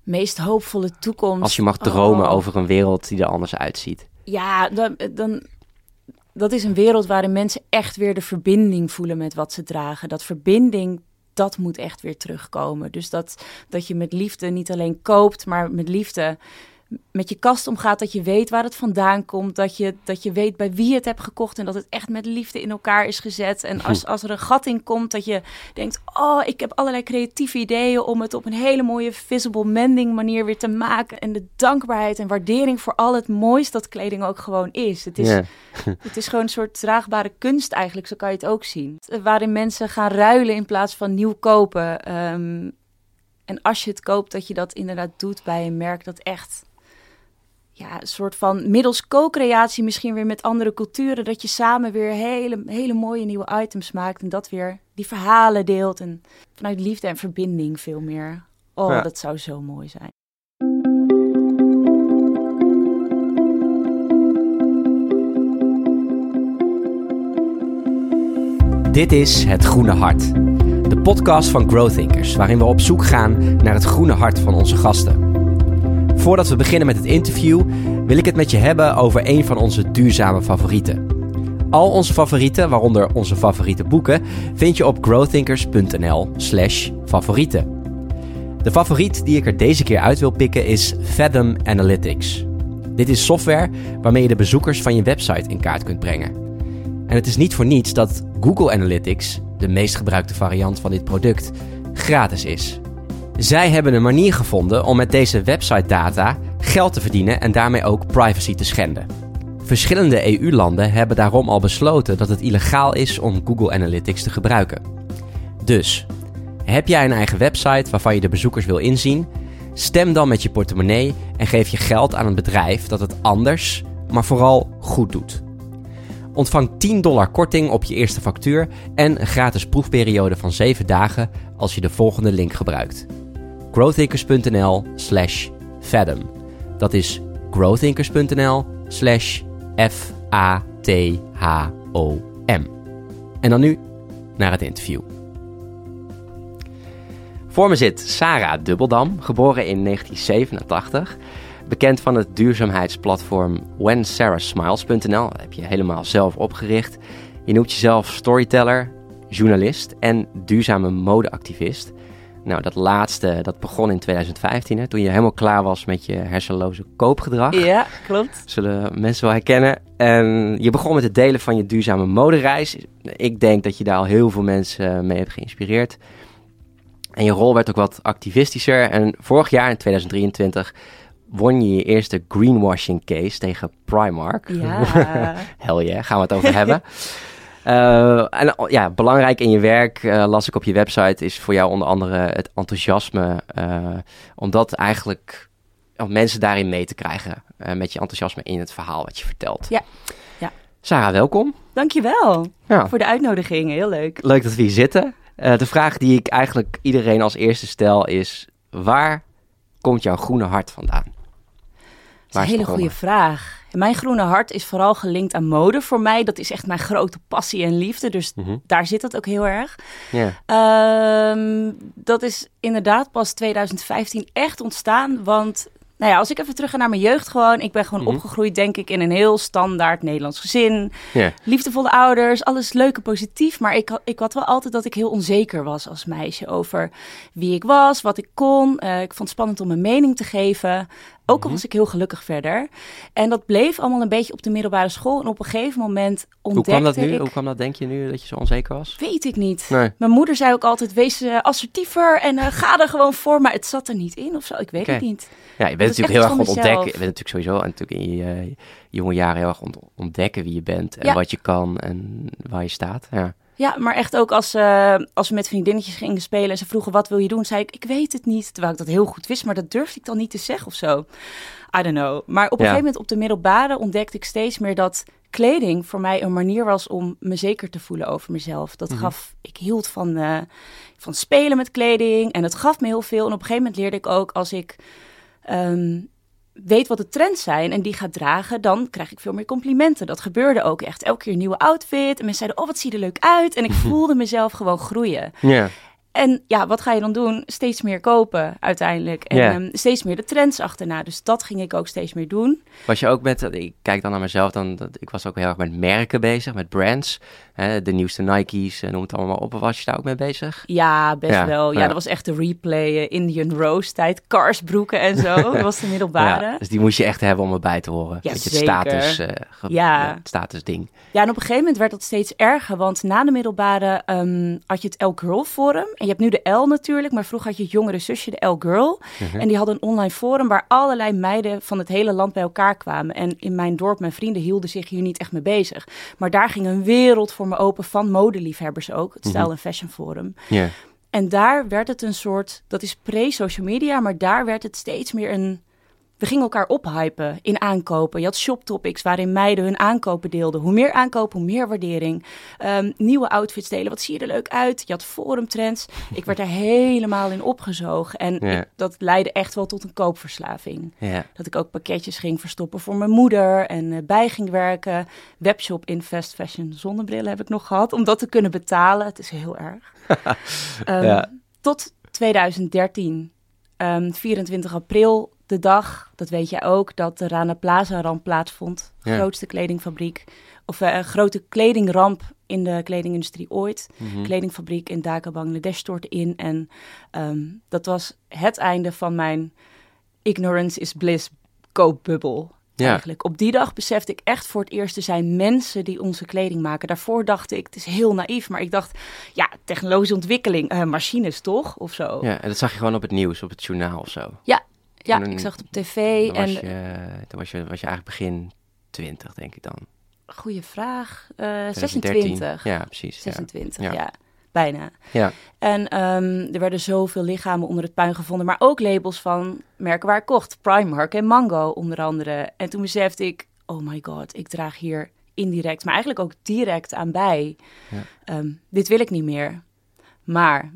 meest hoopvolle toekomst. Als je mag dromen over een wereld die er anders uitziet. Ja, dan dat is een wereld waarin mensen echt weer de verbinding voelen met wat ze dragen. Dat verbinding, dat moet echt weer terugkomen. Dus dat je met liefde niet alleen koopt, maar met liefde met je kast omgaat, dat je weet waar het vandaan komt, dat je weet bij wie je het hebt gekocht en dat het echt met liefde in elkaar is gezet. En als er een gat in komt, dat je denkt, ik heb allerlei creatieve ideeën om het op een hele mooie visible mending manier weer te maken. En de dankbaarheid en waardering voor al het moois dat kleding ook gewoon is. Het is gewoon een soort draagbare kunst eigenlijk, zo kan je het ook zien. Waarin mensen gaan ruilen in plaats van nieuw kopen. En als je het koopt, dat je dat inderdaad doet bij een merk dat echt een soort van middels co-creatie misschien weer met andere culturen, dat je samen weer hele mooie nieuwe items maakt en dat weer die verhalen deelt en vanuit liefde en verbinding veel meer. Dat zou zo mooi zijn. Dit is Het Groene Hart, de podcast van Growthinkers, waarin we op zoek gaan naar het groene hart van onze gasten. Voordat we beginnen met het interview, wil ik het met je hebben over een van onze duurzame favorieten. Al onze favorieten, waaronder onze favoriete boeken, vind je op growthinkers.nl/favorieten. De favoriet die ik er deze keer uit wil pikken is Fathom Analytics. Dit is software waarmee je de bezoekers van je website in kaart kunt brengen. En het is niet voor niets dat Google Analytics, de meest gebruikte variant van dit product, gratis is. Zij hebben een manier gevonden om met deze website data geld te verdienen en daarmee ook privacy te schenden. Verschillende EU-landen hebben daarom al besloten dat het illegaal is om Google Analytics te gebruiken. Dus, heb jij een eigen website waarvan je de bezoekers wil inzien? Stem dan met je portemonnee en geef je geld aan een bedrijf dat het anders, maar vooral goed doet. Ontvang $10 korting op je eerste factuur en een gratis proefperiode van 7 dagen als je de volgende link gebruikt. growthinkers.nl/Fathom. Dat is growthinkers.nl/FATHOM. En dan nu naar het interview. Voor me zit Sarah Dubbeldam, geboren in 1987. Bekend van het duurzaamheidsplatform WhenSarahSmiles.nl. Dat heb je helemaal zelf opgericht. Je noemt jezelf storyteller, journalist en duurzame modeactivist. Nou, dat laatste, dat begon in 2015, hè, toen je helemaal klaar was met je hersenloze koopgedrag. Ja, klopt. Zullen mensen wel herkennen. En je begon met het delen van je duurzame modereis. Ik denk dat je daar al heel veel mensen mee hebt geïnspireerd. En je rol werd ook wat activistischer. En vorig jaar, in 2023... won je eerste greenwashing case tegen Primark. Ja. Hell yeah, gaan we het over hebben. Belangrijk in je werk, las ik op je website, is voor jou onder andere het enthousiasme. Om mensen daarin mee te krijgen. Met je enthousiasme in het verhaal wat je vertelt. Ja. Sarah, welkom. Dankjewel voor de uitnodiging. Heel leuk. Leuk dat we hier zitten. De vraag die ik eigenlijk iedereen als eerste stel is: waar komt jouw groene hart vandaan? Dat is een hele goede vraag. Mijn groene hart is vooral gelinkt aan mode voor mij. Dat is echt mijn grote passie en liefde. Dus daar zit het ook heel erg. Yeah. Dat is inderdaad pas 2015 echt ontstaan. Want als ik even terug ga naar mijn jeugd gewoon. Ik ben gewoon opgegroeid, denk ik, in een heel standaard Nederlands gezin. Yeah. Liefdevolle ouders, alles leuk en positief. Maar ik had wel altijd dat ik heel onzeker was als meisje over wie ik was, wat ik kon. Ik vond het spannend om mijn mening te geven. Ook al was ik heel gelukkig verder. En dat bleef allemaal een beetje op de middelbare school. En op een gegeven moment ontdekte ik... Hoe kwam dat, denk je nu, dat je zo onzeker was? Weet ik niet. Nee. Mijn moeder zei ook altijd, wees assertiever en ga er gewoon voor. Maar het zat er niet in of zo, ik weet het niet. Ja, je bent natuurlijk heel erg aan het ontdekken. Je bent natuurlijk sowieso natuurlijk in je jonge jaren heel erg ontdekken wie je bent. En wat je kan en waar je staat. Ja, maar echt ook als we met vriendinnetjes gingen spelen en ze vroegen wat wil je doen, zei ik weet het niet. Terwijl ik dat heel goed wist, maar dat durfde ik dan niet te zeggen of zo. I don't know. Maar op een gegeven moment op de middelbare ontdekte ik steeds meer dat kleding voor mij een manier was om me zeker te voelen over mezelf. Ik hield van spelen met kleding en het gaf me heel veel. En op een gegeven moment leerde ik ook als ik weet wat de trends zijn en die gaat dragen, dan krijg ik veel meer complimenten. Dat gebeurde ook echt. Elke keer een nieuwe outfit. En mensen zeiden, wat zie je er leuk uit. En ik voelde mezelf gewoon groeien. Yeah. En ja, wat ga je dan doen? Steeds meer kopen uiteindelijk. En steeds meer de trends achterna. Dus dat ging ik ook steeds meer doen. Was je ook ik kijk dan naar mezelf, ik was ook heel erg met merken bezig, met brands. De nieuwste Nike's, noem het allemaal op. Was je daar ook mee bezig? Ja, best wel. Ja, dat was echt de replay, Indian Rose tijd, Karsbroeken en zo. Dat was de middelbare. Ja, dus die moest je echt hebben om erbij te horen. Ja, beetje zeker. Het statusding. Ja, en op een gegeven moment werd dat steeds erger. Want na de middelbare had je het L-Girl Forum. En je hebt nu de L natuurlijk, maar vroeger had je het jongere zusje, de L-Girl. En die hadden een online forum waar allerlei meiden van het hele land bij elkaar kwamen. En in mijn dorp, mijn vrienden hielden zich hier niet echt mee bezig. Maar daar ging een wereld voor me open van modeliefhebbers ook. Het Style and Fashion Forum. Yeah. En daar werd het een soort, dat is pre-social media, maar daar werd het steeds meer een... We gingen elkaar ophypen in aankopen. Je had shoptopics waarin meiden hun aankopen deelden. Hoe meer aankopen, hoe meer waardering. Nieuwe outfits delen. Wat zie je er leuk uit? Je had forumtrends. Ik werd er helemaal in opgezogen. En dat leidde echt wel tot een koopverslaving. Yeah. Dat ik ook pakketjes ging verstoppen voor mijn moeder. En bij ging werken. Webshop in fast fashion zonnebrillen heb ik nog gehad. Om dat te kunnen betalen. Het is heel erg. Tot 2013. 24 april. De dag, dat weet jij ook, dat de Rana Plaza-ramp plaatsvond. Grootste kledingfabriek. Of een grote kledingramp in de kledingindustrie ooit. Kledingfabriek in Dhaka, Bangladesh stortte in. En dat was het einde van mijn ignorance is bliss koopbubbel. Eigenlijk. Op die dag besefte ik echt voor het eerst, er zijn mensen die onze kleding maken. Daarvoor dacht ik, het is heel naïef, maar ik dacht, ja, technologische ontwikkeling, machines toch, of zo. Ja, en dat zag je gewoon op het nieuws, op het journaal of zo. Ja, ik zag het op tv. Toen was je eigenlijk begin 20, denk ik dan. Goeie vraag. 26. Ja, precies. 26, ja. Bijna. Ja. En er werden zoveel lichamen onder het puin gevonden, maar ook labels van merken waar ik kocht. Primark en Mango onder andere. En toen besefte ik, oh my god, ik draag hier indirect, maar eigenlijk ook direct aan bij. Dit wil ik niet meer. Maar...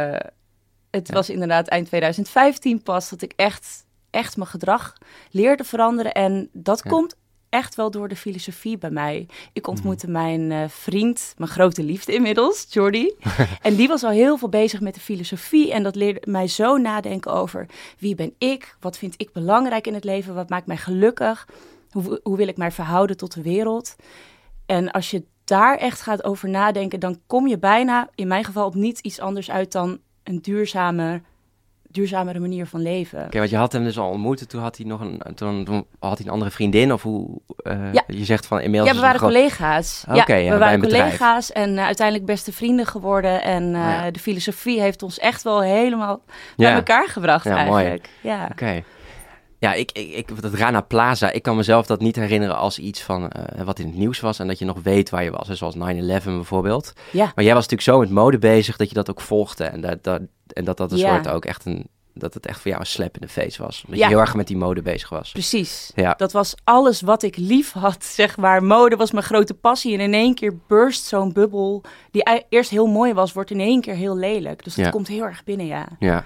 Het was inderdaad eind 2015 pas dat ik echt mijn gedrag leerde veranderen. En dat komt echt wel door de filosofie bij mij. Ik ontmoette mijn vriend, mijn grote liefde inmiddels, Jordi. En die was al heel veel bezig met de filosofie. En dat leerde mij zo nadenken over wie ben ik? Wat vind ik belangrijk in het leven? Wat maakt mij gelukkig? Hoe wil ik mij verhouden tot de wereld? En als je daar echt gaat over nadenken, dan kom je bijna, in mijn geval, op niet iets anders uit dan een duurzamere manier van leven. Oké, want je had hem dus al ontmoet. Toen had hij nog toen had hij een andere vriendin of hoe? Je zegt van inmiddels. Ja, we waren collega's. We waren collega's en uiteindelijk beste vrienden geworden. En de filosofie heeft ons echt wel helemaal bij elkaar gebracht eigenlijk. Mooi. Ja. Oké. Ja, dat Rana Plaza, ik kan mezelf dat niet herinneren als iets van wat in het nieuws was en dat je nog weet waar je was. Zoals 9/11 bijvoorbeeld. Ja. Maar jij was natuurlijk zo met mode bezig dat je dat ook volgde. En dat een soort ook echt dat het echt voor jou een slap in de face was. Omdat je heel erg met die mode bezig was. Precies. Ja. Dat was alles wat ik lief had, zeg maar. Mode was mijn grote passie. En in één keer burst zo'n bubbel die eerst heel mooi was, wordt in één keer heel lelijk. Dus dat komt heel erg binnen, Ja.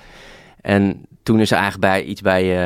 En toen is er eigenlijk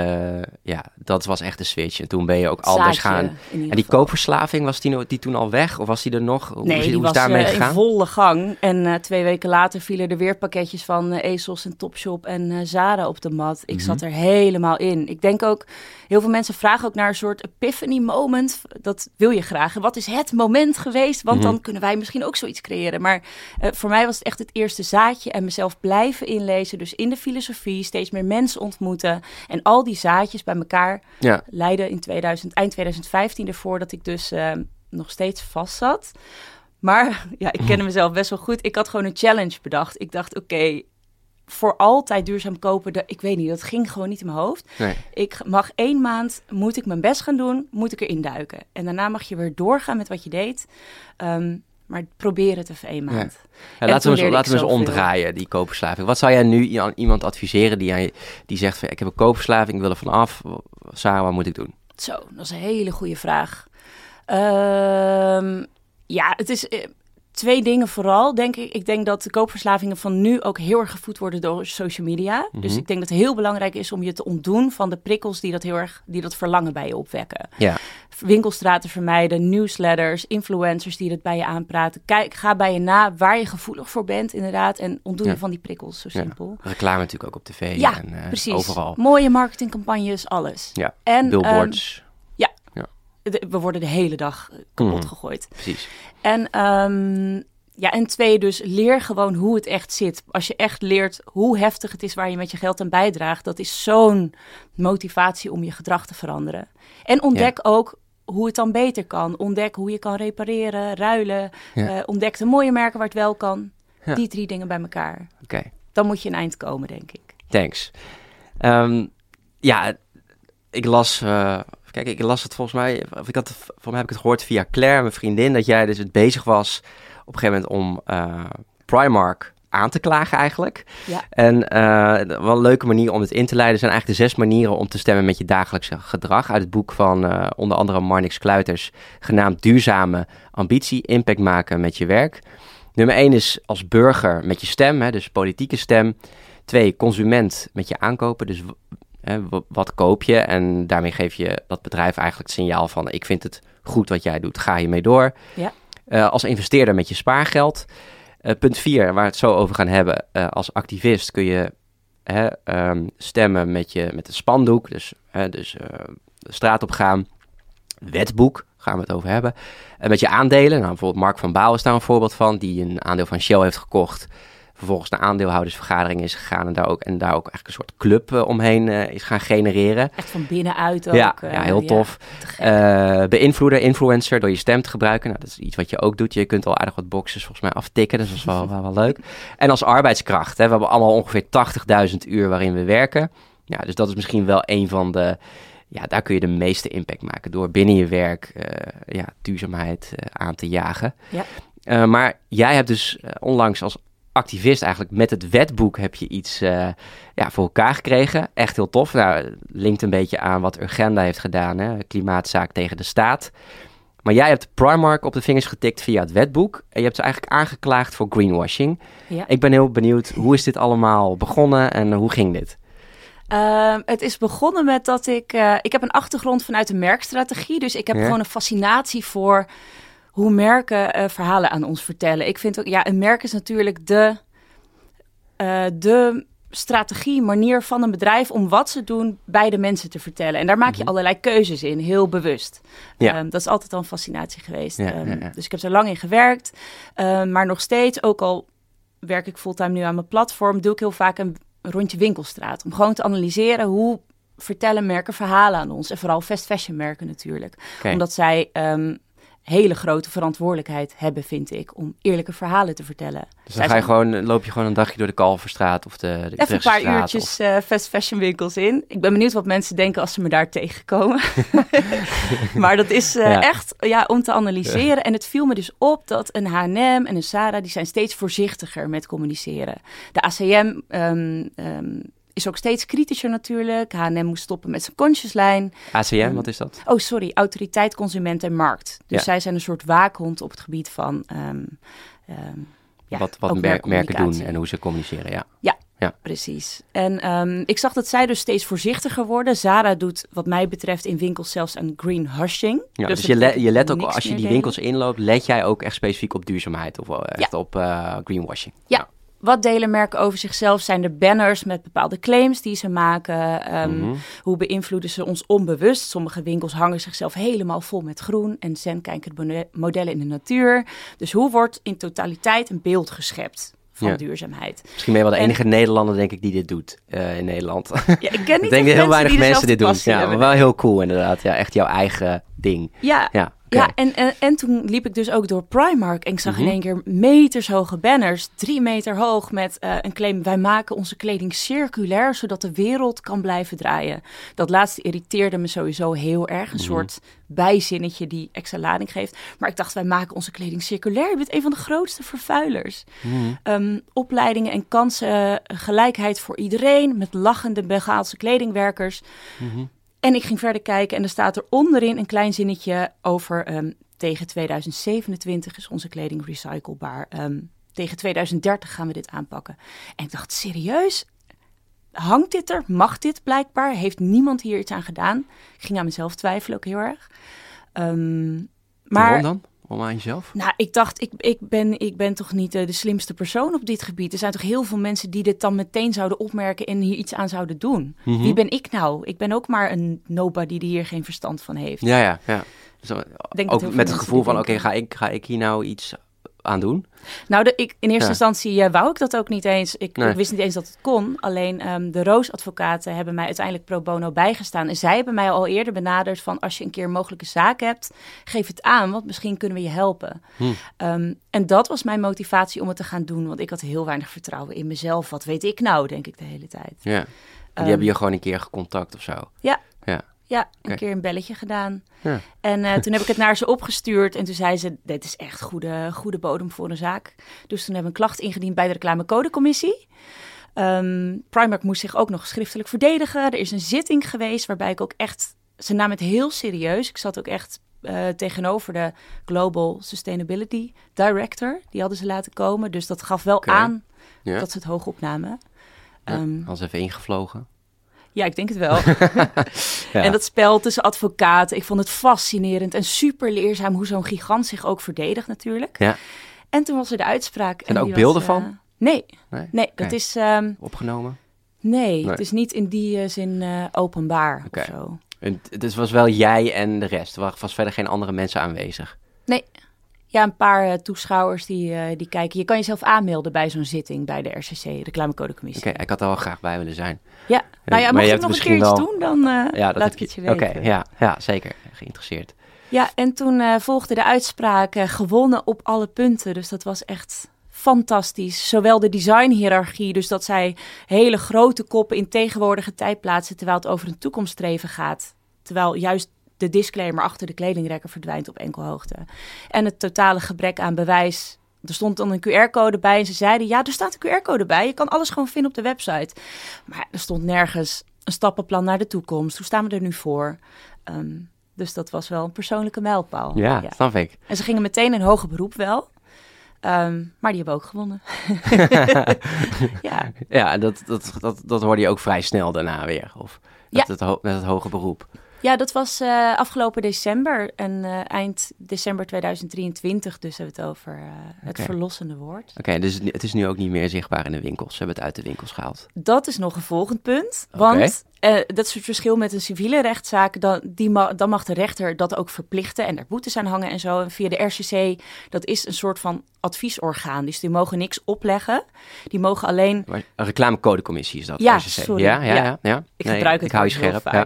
dat was echt de switch. En toen ben je ook anders gaan. En die koopverslaving, was die toen al weg? Of was die er nog? Nee, die was daarmee gegaan? In volle gang. En 2 weken later vielen er weer pakketjes van ASOS en Topshop en Zara op de mat. Ik zat er helemaal in. Ik denk ook, heel veel mensen vragen ook naar een soort epiphany moment. Dat wil je graag. En wat is het moment geweest? Want dan kunnen wij misschien ook zoiets creëren. Maar voor mij was het echt het eerste zaadje en mezelf blijven inlezen. Dus in de filosofie, steeds meer mensen ontmoeten. En al die zaadjes bij elkaar leidden in eind 2015 ervoor dat ik dus nog steeds vast zat. Maar ik kende mezelf best wel goed. Ik had gewoon een challenge bedacht. Ik dacht, oké, voor altijd duurzaam kopen, ik weet niet, dat ging gewoon niet in mijn hoofd. Nee. Ik mag 1 maand, moet ik mijn best gaan doen, moet ik erin duiken. En daarna mag je weer doorgaan met wat je deed. Maar probeer het even 1 maand. Ja, laten we eens omdraaien, die koopverslaving. Wat zou jij nu aan iemand adviseren die zegt van, ik heb een koopverslaving, ik wil er vanaf. Sarah, wat moet ik doen? Zo, dat is een hele goede vraag. Het is 2 dingen vooral, denk ik. Ik denk dat de koopverslavingen van nu ook heel erg gevoed worden door social media. Dus ik denk dat het heel belangrijk is om je te ontdoen van de prikkels die dat verlangen bij je opwekken. Ja. Winkelstraten vermijden, newsletters, influencers die het bij je aanpraten. Kijk, ga bij je na waar je gevoelig voor bent, inderdaad. En ontdoe je van die prikkels, zo simpel. Reclame natuurlijk ook op tv en precies. overal. Mooie marketingcampagnes, alles. Ja, en billboards. We worden de hele dag kapot gegooid. Precies. En 2, dus leer gewoon hoe het echt zit. Als je echt leert hoe heftig het is waar je met je geld aan bijdraagt, dat is zo'n motivatie om je gedrag te veranderen. En ontdek ook hoe het dan beter kan. Ontdek hoe je kan repareren, ruilen. Ontdek de mooie merken waar het wel kan. Ja. Die 3 dingen bij elkaar. Okay. Dan moet je een eind komen, denk ik. Thanks. Ik las... ik las het volgens mij... Volgens mij heb ik het gehoord via Claire, mijn vriendin, dat jij dus het bezig was op een gegeven moment om Primark aan te klagen eigenlijk. Ja. En wel een leuke manier om het in te leiden zijn eigenlijk de 6 manieren om te stemmen met je dagelijkse gedrag. Uit het boek van onder andere Marnix Kluiters, genaamd Duurzame Ambitie, Impact maken met je werk. Nummer 1 is als burger met je stem, dus politieke stem. 2, consument met je aankopen, dus wat koop je? En daarmee geef je dat bedrijf eigenlijk het signaal van ik vind het goed wat jij doet, ga hiermee door. Ja. Als investeerder met je spaargeld. Punt 4, waar we het zo over gaan hebben. Als activist kun je stemmen met het spandoek. Dus de straat op gaan. Wetboek, gaan we het over hebben. Met je aandelen. Nou, bijvoorbeeld Mark van Baal is daar een voorbeeld van. Die een aandeel van Shell heeft gekocht. Vervolgens naar aandeelhoudersvergadering is gegaan. En daar ook eigenlijk een soort club omheen is gaan genereren. Echt van binnenuit ook. Ja, heel tof. Beïnvloeder, influencer, door je stem te gebruiken. Nou, dat is iets wat je ook doet. Je kunt al aardig wat boxes volgens mij aftikken. Dus dat is wel leuk. En als arbeidskracht. We hebben allemaal ongeveer 80.000 uur waarin we werken. Ja, dus dat is misschien wel een van de... Ja, daar kun je de meeste impact maken. Door binnen je werk duurzaamheid aan te jagen. Ja. Maar jij hebt dus onlangs als activist eigenlijk met het wetboek heb je iets voor elkaar gekregen. Echt heel tof. Nou, linkt een beetje aan wat Urgenda heeft gedaan. Hè? Klimaatzaak tegen de staat. Maar jij hebt Primark op de vingers getikt via het wetboek. En je hebt ze eigenlijk aangeklaagd voor greenwashing. Ja. Ik ben heel benieuwd, hoe is dit allemaal begonnen en hoe ging dit? Het is begonnen met dat ik heb een achtergrond vanuit de merkstrategie. Dus ik heb gewoon een fascinatie voor hoe merken verhalen aan ons vertellen. Ik vind ook, een merk is natuurlijk de strategie, manier van een bedrijf om wat ze doen bij de mensen te vertellen. En daar maak je allerlei keuzes in, heel bewust. Ja. Dat is altijd al een fascinatie geweest. Dus ik heb er lang in gewerkt. Maar nog steeds, ook al werk ik fulltime nu aan mijn platform, doe ik heel vaak een rondje winkelstraat. Om gewoon te analyseren hoe vertellen merken verhalen aan ons. En vooral fast fashion merken natuurlijk. Okay. Omdat zij hele grote verantwoordelijkheid hebben, vind ik, om eerlijke verhalen te vertellen. Dus dan loop je gewoon een dagje door de Kalverstraat of de even een paar uurtjes fast fashion winkels in. Ik ben benieuwd wat mensen denken als ze me daar tegenkomen. Maar dat is echt om te analyseren. Ja. En het viel me dus op dat een H&M en een Zara, die zijn steeds voorzichtiger met communiceren. De ACM is ook steeds kritischer natuurlijk. H&M moest stoppen met zijn consciouslijn. ACM, wat is dat? Oh, sorry. Autoriteit, Consument en Markt. Dus zij zijn een soort waakhond op het gebied van wat merken doen en hoe ze communiceren, Ja, precies. En ik zag dat zij dus steeds voorzichtiger worden. Zara doet wat mij betreft in winkels zelfs een greenwashing. Ja, dus je let ook, als je die winkels inloopt, let jij ook echt specifiek op duurzaamheid of echt op greenwashing? Ja. Wat delen merken over zichzelf? Zijn er banners met bepaalde claims die ze maken? Hoe beïnvloeden ze ons onbewust? Sommige winkels hangen zichzelf helemaal vol met groen en modellen in de natuur. Dus hoe wordt in totaliteit een beeld geschept van duurzaamheid? Misschien ben je wel de enige Nederlander, denk ik, die dit doet in Nederland. Ja, ik ken niet denk heel weinig mensen dit doen. Ja, maar wel heel cool inderdaad. Ja, echt jouw eigen ding. Ja. Okay. Ja, en toen liep ik dus ook door Primark en ik zag in één keer metershoge banners, 3 meter hoog, met een claim: wij maken onze kleding circulair, zodat de wereld kan blijven draaien. Dat laatste irriteerde me sowieso heel erg, een soort bijzinnetje die extra lading geeft. Maar ik dacht, wij maken onze kleding circulair. Je bent een van de grootste vervuilers. Opleidingen en kansen, gelijkheid voor iedereen, met lachende Bengaalse kledingwerkers. En ik ging verder kijken en er staat er onderin een klein zinnetje over tegen 2027 is onze kleding recyclebaar. Tegen 2030 gaan we dit aanpakken. En ik dacht, serieus? Hangt dit er? Mag dit blijkbaar? Heeft niemand hier iets aan gedaan? Ik ging aan mezelf twijfelen ook heel erg. Waarom dan? Om aan jezelf? Nou, ik dacht, ik ben toch niet de slimste persoon op dit gebied. Er zijn toch heel veel mensen die dit dan meteen zouden opmerken en hier iets aan zouden doen. Mm-hmm. Wie ben ik nou? Ik ben ook maar een nobody die hier geen verstand van heeft. Ja. Zo, ook met het gevoel van, oké, ga ik hier nou iets aan doen? Nou, in eerste instantie wou ik dat ook niet eens. Ik wist niet eens dat het kon. Alleen de Roos-advocaten hebben mij uiteindelijk pro bono bijgestaan. En zij hebben mij al eerder benaderd van, als je een keer een mogelijke zaak hebt, geef het aan, want misschien kunnen we je helpen. En dat was mijn motivatie om het te gaan doen. Want ik had heel weinig vertrouwen in mezelf. Wat weet ik nou, denk ik de hele tijd. Ja, die hebben je gewoon een keer gecontact of zo. Ja, een keer een belletje gedaan. Ja. En toen heb ik het naar ze opgestuurd. En toen zei ze, dit is echt goede bodem voor een zaak. Dus toen hebben we een klacht ingediend bij de reclamecodecommissie. Primark moest zich ook nog schriftelijk verdedigen. Er is een zitting geweest waarbij ik ook echt... Ze namen het heel serieus. Ik zat ook echt tegenover de Global Sustainability Director. Die hadden ze laten komen. Dus dat gaf wel aan dat ze het hoog opnamen. Als even ingevlogen. Ja, ik denk het wel. En dat spel tussen advocaten, ik vond het fascinerend en super leerzaam hoe zo'n gigant zich ook verdedigt natuurlijk. Ja. En toen was er de uitspraak. En ook beelden van? Nee, dat is... opgenomen? Nee, het is niet in die zin openbaar of zo. En het was wel jij en de rest? Er waren verder geen andere mensen aanwezig? Nee. Ja, een paar toeschouwers die kijken. Je kan jezelf aanmelden bij zo'n zitting bij de RCC, reclamecodecommissie. Oké, ik had er wel graag bij willen zijn. Ja, nou ja, mocht je nog een keer iets doen, dan laat ik het je weten. Oké, ja, zeker. Geïnteresseerd. Ja, en toen volgde de uitspraak gewonnen op alle punten. Dus dat was echt fantastisch. Zowel de designhiërarchie, dus dat zij hele grote koppen in tegenwoordige tijd plaatsen, terwijl het over een toekomststreven gaat. Terwijl juist de disclaimer achter de kledingrekken verdwijnt op enkelhoogte. En het totale gebrek aan bewijs. Er stond dan een QR-code bij en ze zeiden, ja, er staat een QR-code bij. Je kan alles gewoon vinden op de website. Maar er stond nergens een stappenplan naar de toekomst. Hoe staan we er nu voor? Dus dat was wel een persoonlijke mijlpaal. Ja, snap ik. En ze gingen meteen in hoger beroep wel. Maar die hebben ook gewonnen. Ja, dat hoorde je ook vrij snel daarna weer. Of met het hoge beroep. Ja, dat was afgelopen december en eind december 2023. Dus hebben we het over het verlossende woord. Oké, dus het is nu ook niet meer zichtbaar in de winkels. Ze hebben het uit de winkels gehaald. Dat is nog een volgend punt. Want dat is het verschil met een civiele rechtszaak. Dan mag de rechter dat ook verplichten en er boetes aan hangen en zo. En via de RCC, dat is een soort van adviesorgaan. Dus die mogen niks opleggen. Die mogen alleen... Een reclamecodecommissie is dat? Ja, RCC. sorry. Ja. Ik gebruik het hou je heel scherp. vaak.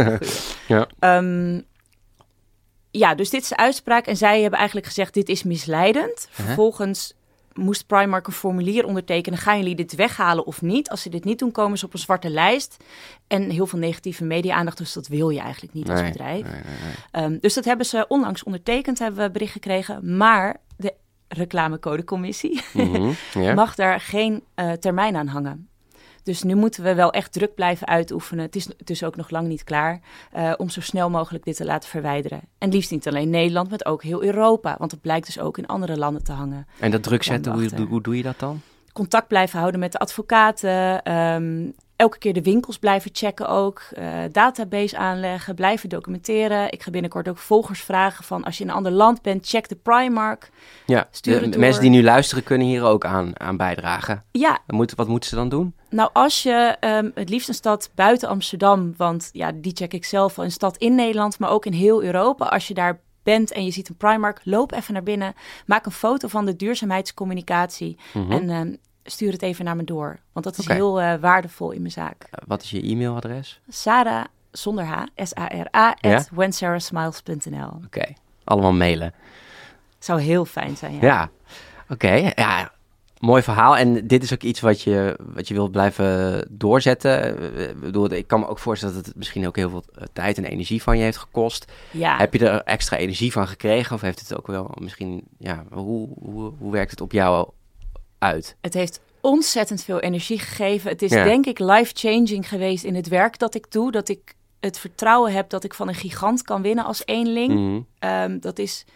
Ja. Dus dit is de uitspraak. En zij hebben eigenlijk gezegd, dit is misleidend. Vervolgens moest Primark een formulier ondertekenen. Gaan jullie dit weghalen of niet? Als ze dit niet doen, komen ze op een zwarte lijst. En heel veel negatieve media-aandacht. Dus dat wil je eigenlijk niet als bedrijf. Nee. Dus dat hebben ze onlangs ondertekend, hebben we bericht gekregen. Maar de reclamecodecommissie mag daar geen termijn aan hangen. Dus nu moeten we wel echt druk blijven uitoefenen. Het is dus ook nog lang niet klaar om zo snel mogelijk dit te laten verwijderen. En liefst niet alleen Nederland, maar ook heel Europa. Want het blijkt dus ook in andere landen te hangen. En dat druk zetten, hoe doe je dat dan? Contact blijven houden met de advocaten. Elke keer de winkels blijven checken ook. Database aanleggen, blijven documenteren. Ik ga binnenkort ook volgers vragen van als je in een ander land bent, check de Primark. Ja, de mensen die nu luisteren kunnen hier ook aan bijdragen. Ja. Wat moeten ze dan doen? Nou, als je het liefst een stad buiten Amsterdam, want ja, die check ik zelf wel, een stad in Nederland, maar ook in heel Europa. Als je daar bent en je ziet een Primark, loop even naar binnen. Maak een foto van de duurzaamheidscommunicatie en stuur het even naar me door. Want dat is heel waardevol in mijn zaak. Wat is je e-mailadres? Sarah, zonder H, S-A-R-A, @whensarahsmiles.nl. Oké, allemaal mailen. Zou heel fijn zijn, ja. Oké. Mooi verhaal. En dit is ook iets wat je wilt blijven doorzetten. Ik kan me ook voorstellen dat het misschien ook heel veel tijd en energie van je heeft gekost. Ja. Heb je er extra energie van gekregen? Of heeft het ook wel misschien... Ja, hoe werkt het op jou uit? Het heeft ontzettend veel energie gegeven. Het is denk ik life-changing geweest in het werk dat ik doe. Dat ik het vertrouwen heb dat ik van een gigant kan winnen als eenling. Dat is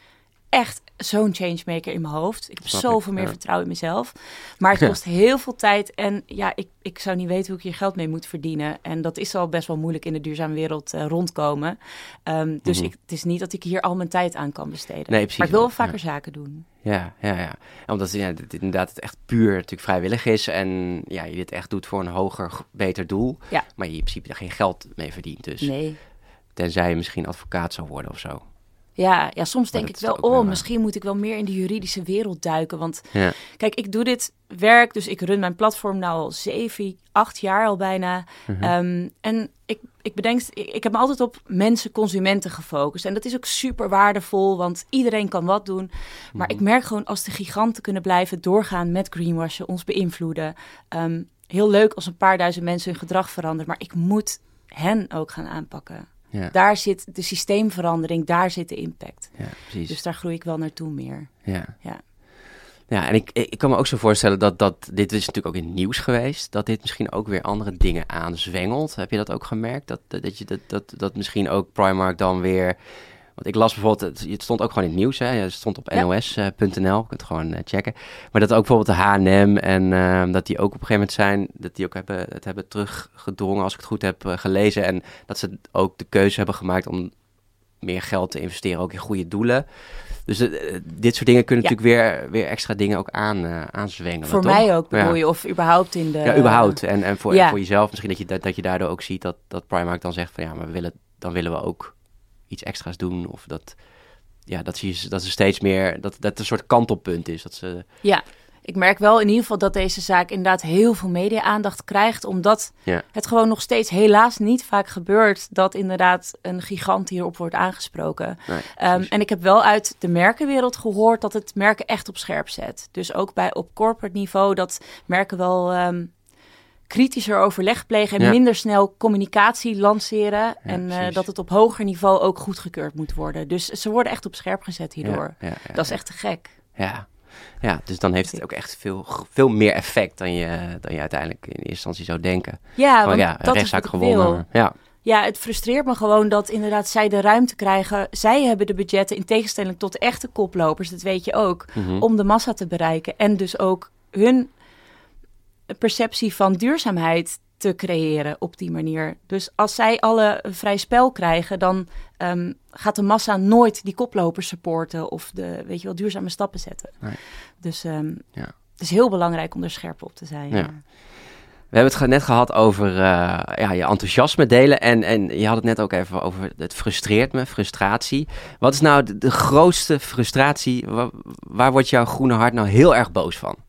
echt zo'n changemaker in mijn hoofd. Ik heb Snap zoveel ik, meer ja. vertrouwen in mezelf. Maar het kost heel veel tijd. En ja, ik zou niet weten hoe ik hier geld mee moet verdienen. En dat is al best wel moeilijk in de duurzame wereld rondkomen. Dus het is niet dat ik hier al mijn tijd aan kan besteden. Nee, precies. Maar ik wil wel vaker zaken doen. Ja. Omdat dit inderdaad het echt puur natuurlijk vrijwillig is. En ja, je dit echt doet voor een hoger, beter doel. Ja. Maar je in principe er geen geld mee verdient. Dus Nee. tenzij je misschien advocaat zou worden of zo. Ja, soms denk dat ik is wel, ook wel, misschien moet ik wel meer in de juridische wereld duiken. Want Ja. kijk, ik doe dit werk, dus ik run mijn platform nou al 7, 8 jaar al bijna. En ik bedenk, ik heb me altijd op mensen, consumenten gefocust. En dat is ook super waardevol, want iedereen kan wat doen. Maar ik merk gewoon, als de giganten kunnen blijven doorgaan met greenwashen, ons beïnvloeden. Heel leuk als een paar duizend mensen hun gedrag veranderen, maar ik moet hen ook gaan aanpakken. Ja. Daar zit de systeemverandering, daar zit de impact. Ja, precies. Dus daar groei ik wel naartoe meer. Ja. Ja. Ja, en ik kan me ook zo voorstellen dat dit is natuurlijk ook in het nieuws geweest, dat dit misschien ook weer andere dingen aanzwengelt. Heb je dat ook gemerkt? Dat misschien ook Primark dan weer... Want ik las bijvoorbeeld, het stond ook gewoon in het nieuws, hè? Het stond op nos.nl, je kunt het gewoon checken. Maar dat ook bijvoorbeeld de H&M en dat die ook op een gegeven moment dat die ook het hebben teruggedrongen, als ik het goed heb gelezen. En dat ze ook de keuze hebben gemaakt om meer geld te investeren, ook in goede doelen. Dus dit soort dingen kunnen natuurlijk weer extra dingen ook aanzwengelen. Voor toch? mij ook, bedoel je? Of überhaupt in de... Ja, überhaupt. En voor jezelf misschien dat je daardoor ook ziet dat Primark dan zegt van ja, maar dan willen we ook iets extra's doen. Of dat ze steeds meer, dat een soort kantelpunt is. Dat ze... Ja, ik merk wel in ieder geval dat deze zaak inderdaad heel veel media-aandacht krijgt. Omdat het gewoon nog steeds helaas niet vaak gebeurt dat inderdaad een gigant hierop wordt aangesproken. Nee, en ik heb wel uit de merkenwereld gehoord dat het merken echt op scherp zet. Dus ook op corporate niveau dat merken wel kritischer overleg plegen en minder snel communicatie lanceren. Ja, en dat het op hoger niveau ook goedgekeurd moet worden. Dus ze worden echt op scherp gezet hierdoor. Ja, dat is echt te gek. Ja, dus dan heeft het ook echt veel meer effect dan je uiteindelijk in eerste instantie zou denken. Ja, want dat rechtszaak is wat gewonnen. Ja, het frustreert me gewoon dat inderdaad zij de ruimte krijgen. Zij hebben de budgetten in tegenstelling tot echte koplopers, dat weet je ook, om de massa te bereiken. En dus ook hun perceptie van duurzaamheid te creëren op die manier. Dus als zij alle vrij spel krijgen, dan gaat de massa nooit die koplopers supporten of duurzame stappen zetten. Nee. Dus het is heel belangrijk om er scherp op te zijn. Ja. We hebben het net gehad over je enthousiasme delen en je had het net ook even over het frustreert me, frustratie. Wat is nou de grootste frustratie? Waar wordt jouw groene hart nou heel erg boos van?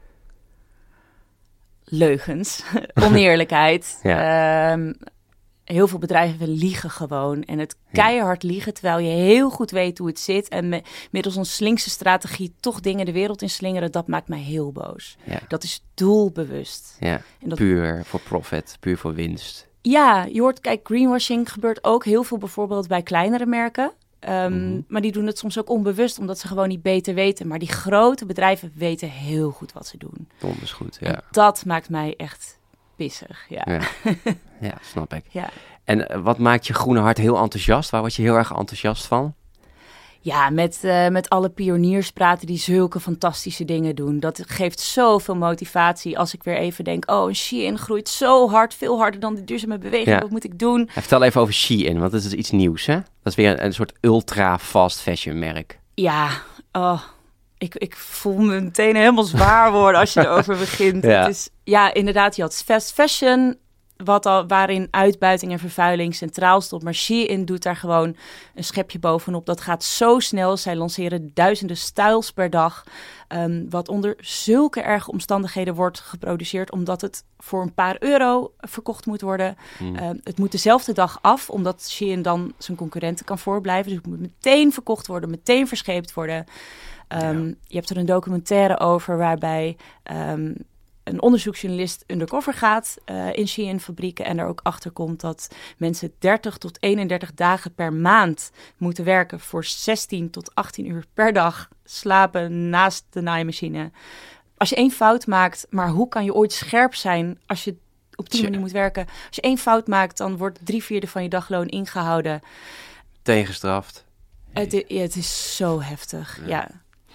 Leugens, oneerlijkheid. Heel veel bedrijven liegen gewoon. En het keihard liegen, terwijl je heel goed weet hoe het zit. En middels een slinkse strategie toch dingen de wereld in slingeren. Dat maakt mij heel boos. Ja. Dat is doelbewust. Ja, en puur voor profit, puur voor winst. Ja, je hoort, kijk, greenwashing gebeurt ook heel veel bijvoorbeeld bij kleinere merken. Maar die doen het soms ook onbewust, omdat ze gewoon niet beter weten. Maar die grote bedrijven weten heel goed wat ze doen. Donders goed, ja. En dat maakt mij echt pissig, Ja, snap ik. Ja. En wat maakt je groene hart heel enthousiast? Waar word je heel erg enthousiast van? Ja, met alle pioniers praten die zulke fantastische dingen doen. Dat geeft zoveel motivatie als ik weer even denk, Shein groeit zo hard, veel harder dan de duurzame beweging. Ja. Wat moet ik doen? Vertel even over Shein, want dat is iets nieuws, hè? Dat is weer een soort ultra fast fashion merk. Ja, ik voel me meteen helemaal zwaar worden als je erover begint. Ja. Het is, inderdaad, je had fast fashion, waarin uitbuiting en vervuiling centraal stond. Maar Shein doet daar gewoon een schepje bovenop. Dat gaat zo snel. Zij lanceren duizenden styles per dag. Wat onder zulke erge omstandigheden wordt geproduceerd, omdat het voor een paar euro verkocht moet worden. Het moet dezelfde dag af, omdat Shein dan zijn concurrenten kan voorblijven. Dus het moet meteen verkocht worden, meteen verscheept worden. Je hebt er een documentaire over waarbij een onderzoeksjournalist undercover gaat in Shein-fabrieken en er ook achter komt dat mensen 30 tot 31 dagen per maand moeten werken voor 16 tot 18 uur per dag slapen naast de naaimachine. Als je één fout maakt, maar hoe kan je ooit scherp zijn als je op die manier moet werken? Als je één fout maakt, dan wordt 3/4 van je dagloon ingehouden. Tegengestraft. Het is zo heftig, ja.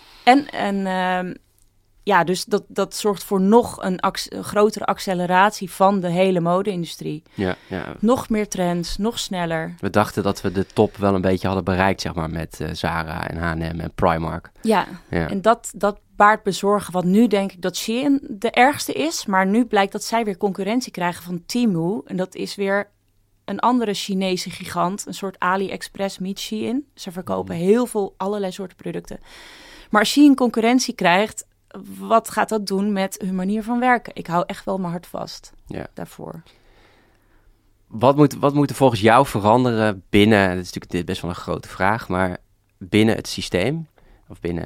Dus dat zorgt voor nog een grotere acceleratie van de hele mode-industrie. Ja. Nog meer trends, nog sneller. We dachten dat we de top wel een beetje hadden bereikt, zeg maar, met Zara en H&M en Primark. Ja, en dat baart bezorgen. Want nu denk ik dat Shein de ergste is, maar nu blijkt dat zij weer concurrentie krijgen van Temu. En dat is weer een andere Chinese gigant, een soort AliExpress meets Shein. Ze verkopen heel veel, allerlei soorten producten. Maar als Shein concurrentie krijgt, wat gaat dat doen met hun manier van werken? Ik hou echt wel mijn hart vast daarvoor. Wat moet er volgens jou veranderen binnen, dat is natuurlijk best wel een grote vraag, maar binnen het systeem, of binnen,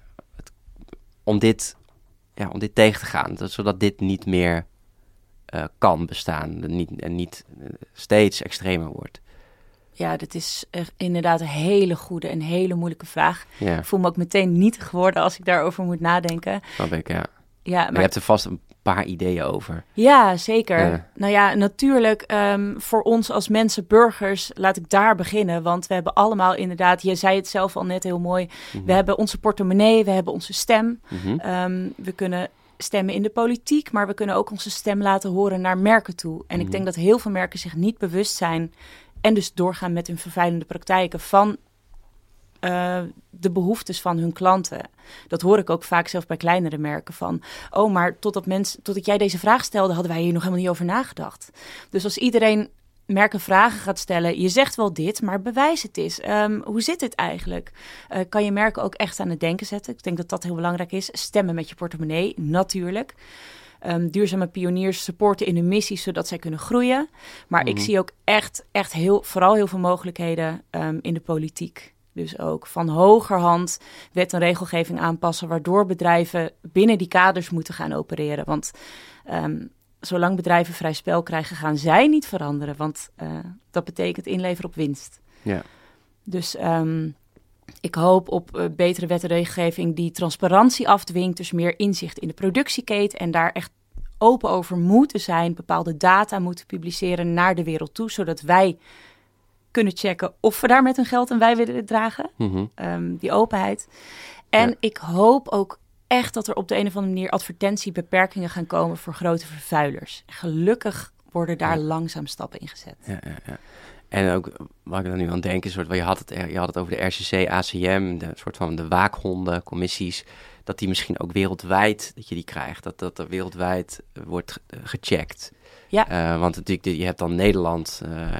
om dit tegen te gaan, zodat dit niet meer kan bestaan en niet steeds extremer wordt? Ja, dit is inderdaad een hele goede en hele moeilijke vraag. Ja. Ik voel me ook meteen nietig geworden als ik daarover moet nadenken. Snap ik, ja. Maar je hebt er vast een paar ideeën over. Ja, zeker. Nou ja, natuurlijk voor ons als mensen, burgers, laat ik daar beginnen. Want we hebben allemaal inderdaad, je zei het zelf al net heel mooi. We hebben onze portemonnee, we hebben onze stem. We kunnen stemmen in de politiek, maar we kunnen ook onze stem laten horen naar merken toe. En ik denk dat heel veel merken zich niet bewust zijn en dus doorgaan met hun vervuilende praktijken van de behoeftes van hun klanten. Dat hoor ik ook vaak zelf bij kleinere merken van, maar totdat jij deze vraag stelde, hadden wij hier nog helemaal niet over nagedacht. Dus als iedereen merken vragen gaat stellen, je zegt wel dit, maar bewijs het eens. Hoe zit dit eigenlijk? Kan je merken ook echt aan het denken zetten? Ik denk dat dat heel belangrijk is. Stemmen met je portemonnee, natuurlijk. Duurzame pioniers supporten in hun missie, zodat zij kunnen groeien. Maar ik zie ook echt vooral heel veel mogelijkheden in de politiek. Dus ook van hogerhand wet en regelgeving aanpassen, waardoor bedrijven binnen die kaders moeten gaan opereren. Want zolang bedrijven vrij spel krijgen, gaan zij niet veranderen. Want dat betekent inleveren op winst. Ja. Dus ik hoop op betere wet en regelgeving die transparantie afdwingt. Dus meer inzicht in de productieketen en daar echt open over moeten zijn. Bepaalde data moeten publiceren naar de wereld toe, zodat wij kunnen checken of we daar met hun geld en wij willen dragen. Die openheid. En ik hoop ook echt dat er op de een of andere manier advertentiebeperkingen gaan komen voor grote vervuilers. Gelukkig worden daar langzaam stappen in gezet. Ja. En ook, waar ik dan nu aan denk, is je had het over de RCC, ACM, de soort van de waakhonden, commissies, dat die misschien ook wereldwijd, dat je die krijgt, dat er wereldwijd wordt gecheckt. Ja. Want natuurlijk, je hebt dan Nederland,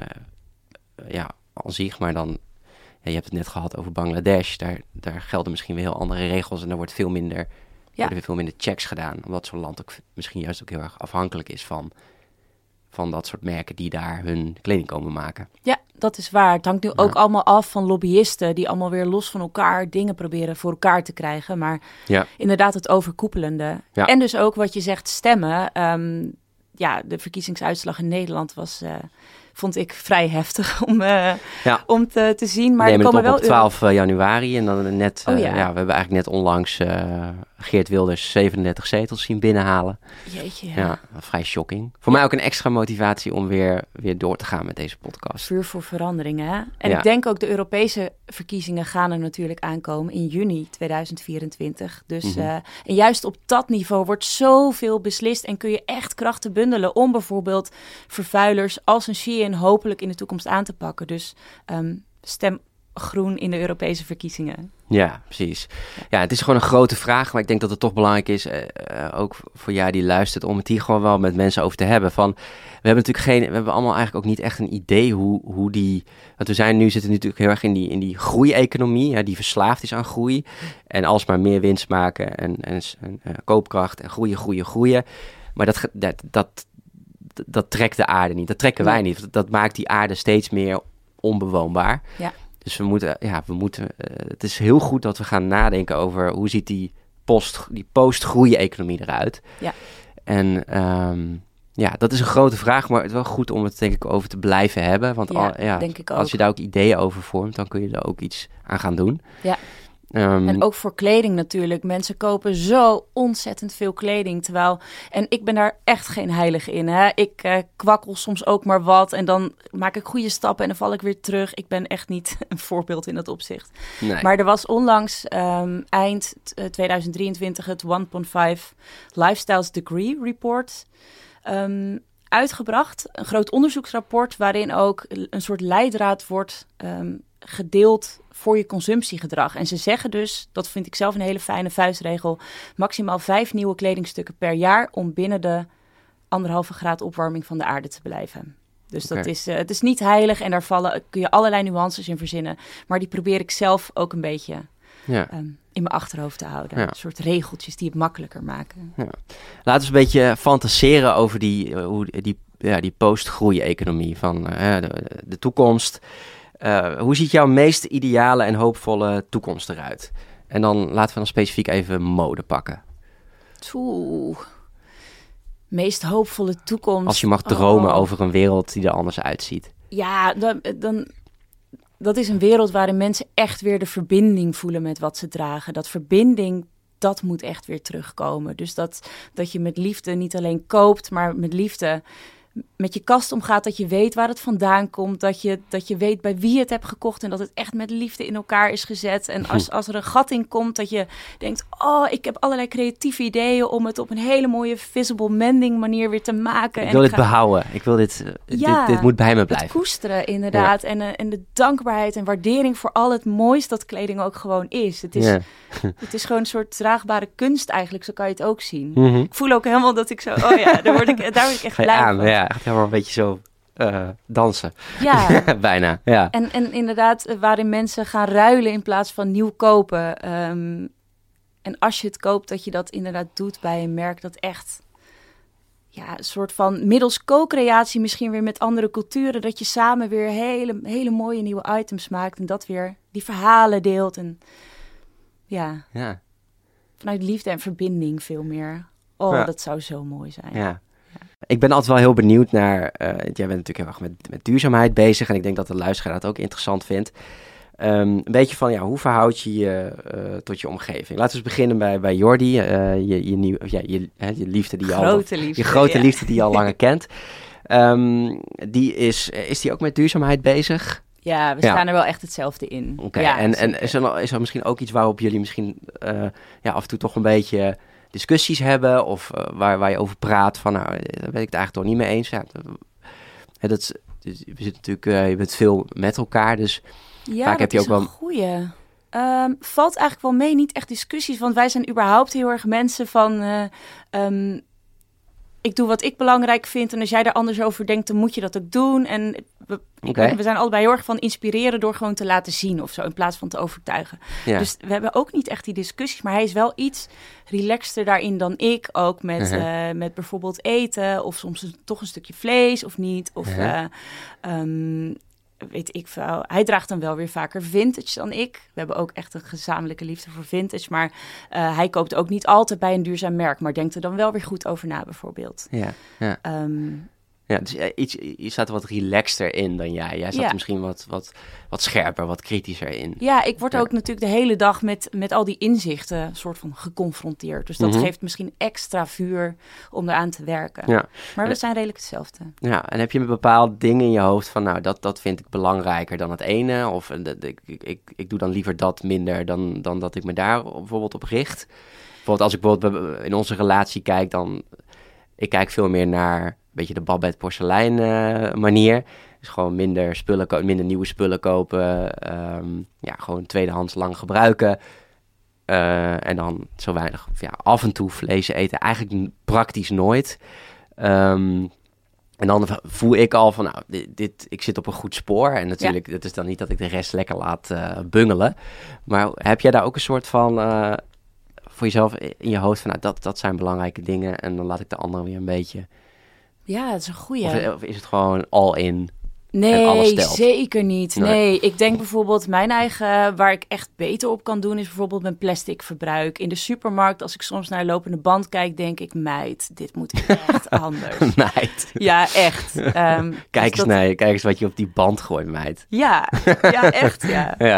al zich, maar dan, je hebt het net gehad over Bangladesh, daar gelden misschien weer heel andere regels en er wordt worden weer veel minder checks gedaan, omdat zo'n land ook misschien juist ook heel erg afhankelijk is van dat soort merken die daar hun kleding komen maken. Ja, dat is waar. Het hangt nu ook allemaal af van lobbyisten die allemaal weer los van elkaar dingen proberen voor elkaar te krijgen. Maar inderdaad het overkoepelende. Ja. En dus ook wat je zegt, stemmen. De verkiezingsuitslag in Nederland vond ik vrij heftig om te zien. Maar we nemen het op 12 januari en dan net, we hebben eigenlijk net onlangs Geert Wilders 37 zetels zien binnenhalen. Jeetje. Ja, vrij shocking. Voor mij ook een extra motivatie om weer door te gaan met deze podcast. Vuur voor veranderingen, hè? En ik denk ook de Europese verkiezingen gaan er natuurlijk aankomen in juni 2024. Dus en juist op dat niveau wordt zoveel beslist en kun je echt krachten bundelen om bijvoorbeeld vervuilers als een Shein hopelijk in de toekomst aan te pakken. Dus stem groen in de Europese verkiezingen. Ja, precies. Ja, het is gewoon een grote vraag, maar ik denk dat het toch belangrijk is, ook voor jij die luistert, om het hier gewoon wel met mensen over te hebben. We hebben allemaal eigenlijk ook niet echt een idee hoe die, want we zitten natuurlijk heel erg in die groeieconomie, die verslaafd is aan groei en alsmaar meer winst maken en koopkracht en groeien. Maar dat trekt de aarde niet, dat trekken wij niet. Dat maakt die aarde steeds meer onbewoonbaar. Ja. Dus we moeten, het is heel goed dat we gaan nadenken over hoe ziet die post-groei-economie eruit. Ja. En dat is een grote vraag, maar het is wel goed om het denk ik over te blijven hebben. Want denk ik ook. Als je daar ook ideeën over vormt, dan kun je er ook iets aan gaan doen. Ja. En ook voor kleding natuurlijk. Mensen kopen zo ontzettend veel kleding. En ik ben daar echt geen heilige in. Hè? Ik kwakkel soms ook maar wat. En dan maak ik goede stappen en dan val ik weer terug. Ik ben echt niet een voorbeeld in dat opzicht. Nee. Maar er was onlangs eind 2023 het 1.5 Lifestyles Degree Report uitgebracht. Een groot onderzoeksrapport waarin ook een soort leidraad wordt gedeeld voor je consumptiegedrag. En ze zeggen dus, dat vind ik zelf een hele fijne vuistregel, maximaal 5 nieuwe kledingstukken per jaar om binnen de 1,5 graad opwarming van de aarde te blijven. Dus het is niet heilig en daar kun je allerlei nuances in verzinnen. Maar die probeer ik zelf ook een beetje in mijn achterhoofd te houden. Ja. Een soort regeltjes die het makkelijker maken. Ja. Laten we eens een beetje fantaseren over die post-groei-economie van de toekomst. Hoe ziet jouw meest ideale en hoopvolle toekomst eruit? En dan laten we dan specifiek even mode pakken. Meest hoopvolle toekomst. Als je mag dromen over een wereld die er anders uitziet. Ja, dat is een wereld waarin mensen echt weer de verbinding voelen met wat ze dragen. Dat verbinding, dat moet echt weer terugkomen. Dus dat je met liefde niet alleen koopt, maar met liefde met je kast omgaat, dat je weet waar het vandaan komt, dat je weet bij wie het hebt gekocht en dat het echt met liefde in elkaar is gezet. En als er een gat in komt, dat je denkt, ik heb allerlei creatieve ideeën om het op een hele mooie visible mending manier weer te maken. Ik wil dit behouden. Ik wil dit moet bij me blijven. Het koesteren inderdaad. Ja. En de dankbaarheid en waardering voor al het moois dat kleding ook gewoon is. Het is gewoon een soort draagbare kunst eigenlijk, zo kan je het ook zien. Mm-hmm. Ik voel ook helemaal dat ik zo, daar word ik echt blij van. Ja. Gaat helemaal een beetje zo dansen. Ja. Bijna, ja. En inderdaad, waarin mensen gaan ruilen in plaats van nieuw kopen. En als je het koopt, dat je dat inderdaad doet bij een merk dat echt een soort van middels co-creatie misschien weer met andere culturen, dat je samen weer hele, hele mooie nieuwe items maakt en dat weer die verhalen deelt. En vanuit liefde en verbinding veel meer. Dat zou zo mooi zijn. Ja. Ik ben altijd wel heel benieuwd naar, jij bent natuurlijk heel erg met duurzaamheid bezig en ik denk dat de luisteraar dat ook interessant vindt. Een beetje van, hoe verhoud je je tot je omgeving? Laten we eens beginnen bij Jordi, je liefde die je grote liefde die je al langer kent. Is die ook met duurzaamheid bezig? Ja, we staan er wel echt hetzelfde in. Oké. En is er misschien ook iets waarop jullie misschien af en toe toch een beetje discussies hebben of waar je over praat van, daar ben ik het eigenlijk toch niet mee eens. Ja, we zitten natuurlijk, je bent veel met elkaar, dus vaak heb je ook wel een goeie. Valt eigenlijk wel mee, niet echt discussies, want wij zijn überhaupt heel erg mensen van ik doe wat ik belangrijk vind en als jij er anders over denkt, dan moet je dat ook doen. En we zijn allebei heel erg van inspireren door gewoon te laten zien of zo, in plaats van te overtuigen. Ja. Dus we hebben ook niet echt die discussies, maar hij is wel iets relaxter daarin dan ik. Ook met bijvoorbeeld eten of soms toch een stukje vlees of niet. Of weet ik veel. Hij draagt dan wel weer vaker vintage dan ik. We hebben ook echt een gezamenlijke liefde voor vintage. Maar hij koopt ook niet altijd bij een duurzaam merk, maar denkt er dan wel weer goed over na, bijvoorbeeld. Ja. Dus je staat er wat relaxter in dan jij. Jij staat er misschien wat scherper, wat kritischer in. Ja, ik word ook natuurlijk de hele dag met al die inzichten soort van geconfronteerd. Dus dat geeft misschien extra vuur om eraan te werken. Ja. Maar we zijn redelijk hetzelfde. Ja, en heb je bepaalde dingen in je hoofd van, dat vind ik belangrijker dan het ene? Of ik doe dan liever dat minder dan dat ik me daar bijvoorbeeld op richt? Bijvoorbeeld als ik in onze relatie kijk, dan ik kijk veel meer naar beetje de Babette porselein manier. Dus gewoon minder nieuwe spullen kopen. Gewoon tweedehands lang gebruiken. En dan zo weinig, af en toe vlees eten. Eigenlijk praktisch nooit. En dan voel ik al van, ik zit op een goed spoor. En natuurlijk, dat is dan niet dat ik de rest lekker laat bungelen. Maar heb jij daar ook een soort van voor jezelf in je hoofd van, dat zijn belangrijke dingen. En dan laat ik de anderen weer een beetje. Ja, dat is een goeie. Of is het gewoon all in? Nee, zeker niet. Nee, ik denk bijvoorbeeld mijn eigen, waar ik echt beter op kan doen, is bijvoorbeeld mijn plastic verbruik. In de supermarkt, als ik soms naar een lopende band kijk, denk ik, meid, dit moet echt anders. Meid. Ja, echt. Kijk eens wat je op die band gooit, meid. Ja, echt, ja.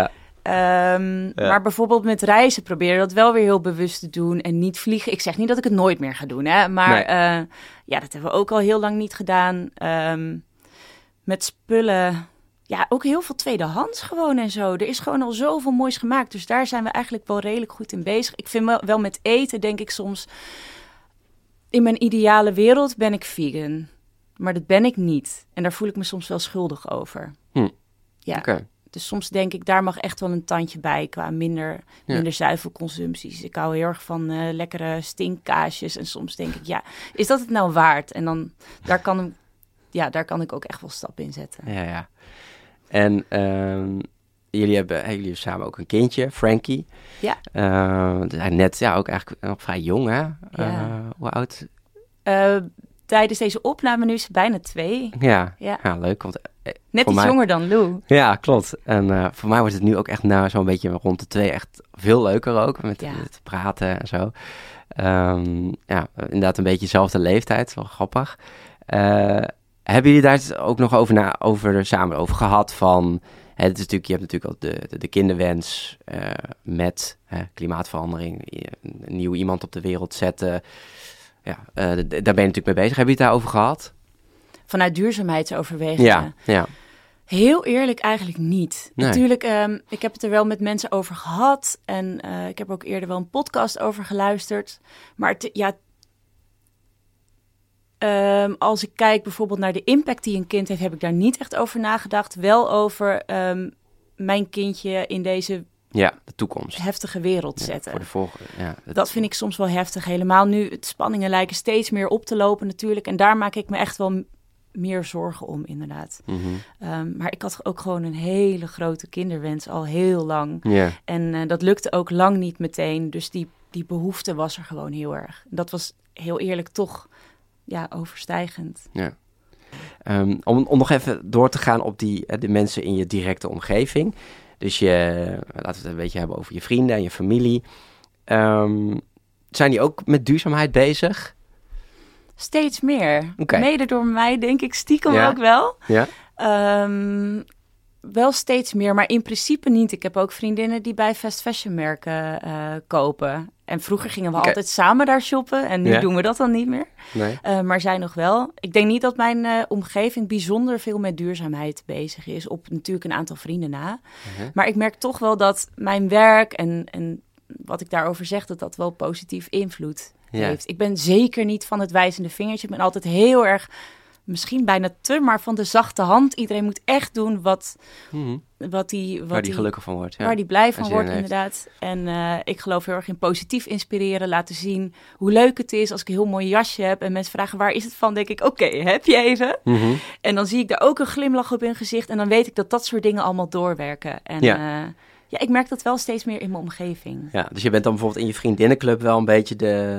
Maar bijvoorbeeld met reizen proberen dat wel weer heel bewust te doen en niet vliegen. Ik zeg niet dat ik het nooit meer ga doen, hè. Maar dat hebben we ook al heel lang niet gedaan. Met spullen, ja, ook heel veel tweedehands gewoon en zo. Er is gewoon al zoveel moois gemaakt. Dus daar zijn we eigenlijk wel redelijk goed in bezig. Ik vind wel met eten, denk ik soms... In mijn ideale wereld ben ik vegan. Maar dat ben ik niet. En daar voel ik me soms wel schuldig over. Ja. Okay. Dus soms denk ik, daar mag echt wel een tandje bij qua minder zuivelconsumpties. Ik hou heel erg van lekkere stinkkaasjes. En soms denk ik, ja, is dat het nou waard? En dan, daar kan ik ook echt wel stappen in zetten. Ja. En jullie hebben samen ook een kindje, Frankie. Ja. Net, ook eigenlijk nog vrij jong, hè? Ja. Hoe oud? Tijdens deze opname nu is ze bijna 2. Ja, leuk. Want, net iets jonger dan Lou. Ja, klopt. En voor mij wordt het nu ook echt zo'n beetje rond de 2 echt veel leuker ook. Met praten en zo. Inderdaad een beetje dezelfde leeftijd. Wel grappig. Hebben jullie daar ook nog samen over gehad van... Het is natuurlijk, je hebt natuurlijk al de kinderwens met klimaatverandering, een nieuw iemand op de wereld zetten. Ja, daar ben je natuurlijk mee bezig. Heb je het daarover gehad? Vanuit duurzaamheidsoverwegingen? Ja. Heel eerlijk eigenlijk niet. Nee. Natuurlijk, ik heb het er wel met mensen over gehad. En ik heb ook eerder wel een podcast over geluisterd. Maar als ik kijk bijvoorbeeld naar de impact die een kind heeft... heb ik daar niet echt over nagedacht. Wel over mijn kindje in deze... Ja, de toekomst. Heftige wereld zetten. Voor de volgende. Ja, dat vind ik soms wel heftig. Helemaal nu, het spanningen lijken steeds meer op te lopen natuurlijk. En daar maak ik me echt wel meer zorgen om, inderdaad. Mm-hmm. Maar ik had ook gewoon een hele grote kinderwens al heel lang. Yeah. En dat lukte ook lang niet meteen. Dus die behoefte was er gewoon heel erg. Dat was heel eerlijk toch overstijgend. Ja. Om nog even door te gaan op de mensen in je directe omgeving... Dus laten we het een beetje hebben over je vrienden en je familie. Zijn die ook met duurzaamheid bezig? Steeds meer. Okay. Mede door mij, denk ik, stiekem ook wel. Ja. Wel steeds meer, maar in principe niet. Ik heb ook vriendinnen die bij fast fashion merken kopen. En vroeger gingen we altijd samen daar shoppen. En nu doen we dat dan niet meer. Nee. Maar zij nog wel. Ik denk niet dat mijn omgeving bijzonder veel met duurzaamheid bezig is. Op natuurlijk een aantal vrienden na. Uh-huh. Maar ik merk toch wel dat mijn werk en wat ik daarover zeg... dat wel positief invloed heeft. Ik ben zeker niet van het wijzende vingertje. Ik ben altijd heel erg... Misschien bijna maar van de zachte hand. Iedereen moet echt doen waar die gelukkig van wordt. Ja. Waar die blij van wordt, inderdaad. En ik geloof heel erg in positief inspireren. Laten zien hoe leuk het is als ik een heel mooi jasje heb. En mensen vragen, waar is het van? Denk ik, oké, heb je even? Mm-hmm. En dan zie ik daar ook een glimlach op hun gezicht. En dan weet ik dat soort dingen allemaal doorwerken. En ik merk dat wel steeds meer in mijn omgeving. Ja, dus je bent dan bijvoorbeeld in je vriendinnenclub wel een beetje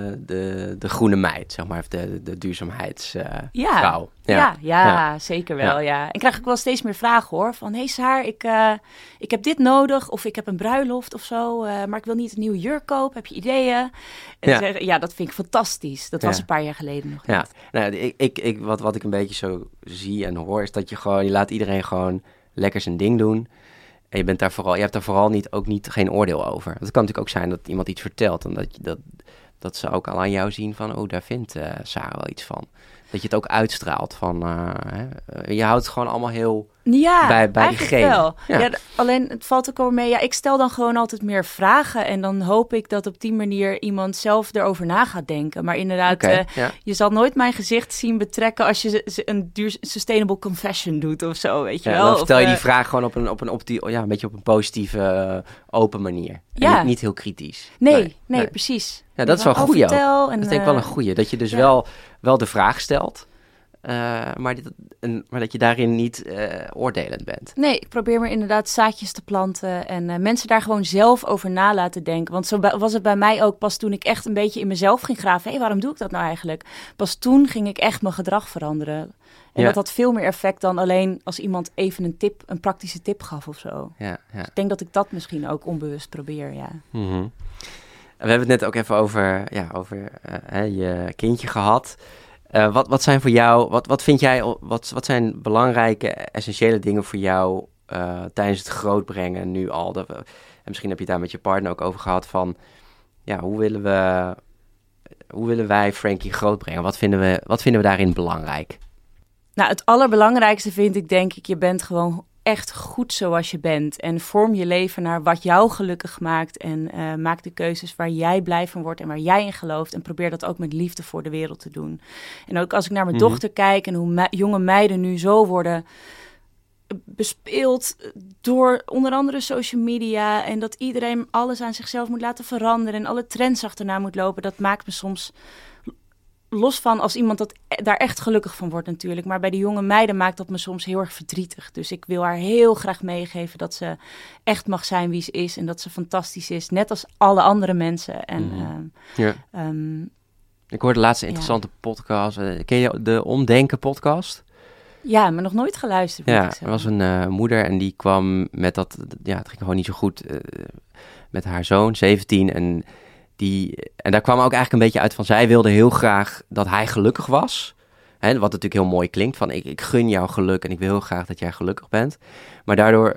de groene meid, zeg maar, of de duurzaamheidsvrouw. Ja, zeker wel, ja. En krijg ik wel steeds meer vragen, hoor. Van, hey Saar, ik heb dit nodig, of ik heb een bruiloft of zo, maar ik wil niet een nieuwe jurk kopen. Heb je ideeën? En zeggen, dat vind ik fantastisch. Dat was een paar jaar geleden nog niet. Nou, wat ik een beetje zo zie en hoor, is dat je laat iedereen gewoon lekker zijn ding doen. En je hebt daar vooral geen oordeel over. Het kan natuurlijk ook zijn dat iemand iets vertelt en dat ze ook al aan jou zien van, daar vindt Sarah wel iets van. Dat je het ook uitstraalt van, je houdt het gewoon allemaal heel bij diegene. Wel. Ja, alleen het valt ook over mee. Ja, ik stel dan gewoon altijd meer vragen en dan hoop ik dat op die manier iemand zelf erover na gaat denken. Maar inderdaad, je zal nooit mijn gezicht zien betrekken als je een sustainable confession doet of zo, weet je wel. Dan vertel je die vraag gewoon een beetje op een positieve, open manier. En niet heel kritisch. Nee, precies. Ja, dat is wel een goeie ook. Dat is denk ik wel een goeie. Dat je dus wel de vraag stelt, maar dat je daarin niet oordelend bent. Nee, ik probeer me inderdaad zaadjes te planten en mensen daar gewoon zelf over na laten denken. Want zo was het bij mij ook pas toen ik echt een beetje in mezelf ging graven. Waarom doe ik dat nou eigenlijk? Pas toen ging ik echt mijn gedrag veranderen. En dat had veel meer effect dan alleen als iemand even een praktische tip gaf of zo. Ja. Dus ik denk dat ik dat misschien ook onbewust probeer, Mm-hmm. We hebben het net ook even over je kindje gehad. Wat zijn voor jou, wat vind jij, wat zijn belangrijke, essentiële dingen voor jou tijdens het grootbrengen nu al. En misschien heb je het daar met je partner ook over gehad van... Ja, hoe willen wij Frankie grootbrengen? Wat vinden we daarin belangrijk? Nou, het allerbelangrijkste vind ik, denk ik, je bent gewoon echt goed zoals je bent. En vorm je leven naar wat jou gelukkig maakt. En maak de keuzes waar jij blij van wordt en waar jij in gelooft. En probeer dat ook met liefde voor de wereld te doen. En ook als ik naar mijn dochter kijk en hoe jonge meiden nu zo worden bespeeld door onder andere social media. En dat iedereen alles aan zichzelf moet laten veranderen en alle trends achterna moet lopen. Dat maakt me soms... Los van als iemand daar echt gelukkig van wordt natuurlijk. Maar bij de jonge meiden maakt dat me soms heel erg verdrietig. Dus ik wil haar heel graag meegeven dat ze echt mag zijn wie ze is. En dat ze fantastisch is. Net als alle andere mensen. En, ik hoorde de laatste interessante podcast. Ken je de Omdenken podcast? Ja, maar nog nooit geluisterd. Ja, er was een moeder en die kwam met dat... Ja, het ging gewoon niet zo goed met haar zoon, 17. En daar kwam ook eigenlijk een beetje uit van... zij wilde heel graag dat hij gelukkig was. Hè, wat natuurlijk heel mooi klinkt. Van ik gun jou geluk en ik wil heel graag dat jij gelukkig bent. Maar daardoor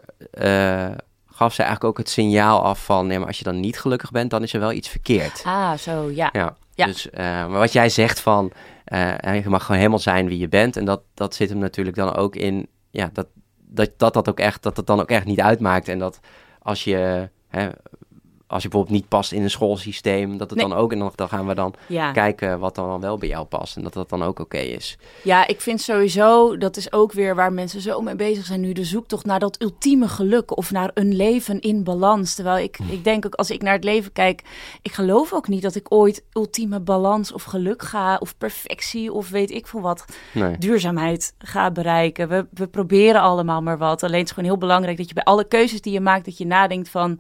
gaf zij eigenlijk ook het signaal af van... nee, maar als je dan niet gelukkig bent, dan is er wel iets verkeerd. Ah, zo, ja. Dus, maar wat jij zegt van... je mag gewoon helemaal zijn wie je bent. En dat zit hem natuurlijk dan ook in... Ja, dat het dan ook echt niet uitmaakt. En dat als je... Als je bijvoorbeeld niet past in een schoolsysteem, dat het dan ook... En dan gaan we dan kijken wat dan wel bij jou past. En dat dan ook oké is. Ja, ik vind sowieso, dat is ook weer waar mensen zo mee bezig zijn nu. De zoektocht naar dat ultieme geluk of naar een leven in balans. Terwijl ik denk ook, als ik naar het leven kijk... Ik geloof ook niet dat ik ooit ultieme balans of geluk ga... of perfectie of weet ik veel wat. Nee. Duurzaamheid ga bereiken. We proberen allemaal maar wat. Alleen het is gewoon heel belangrijk dat je bij alle keuzes die je maakt... dat je nadenkt van...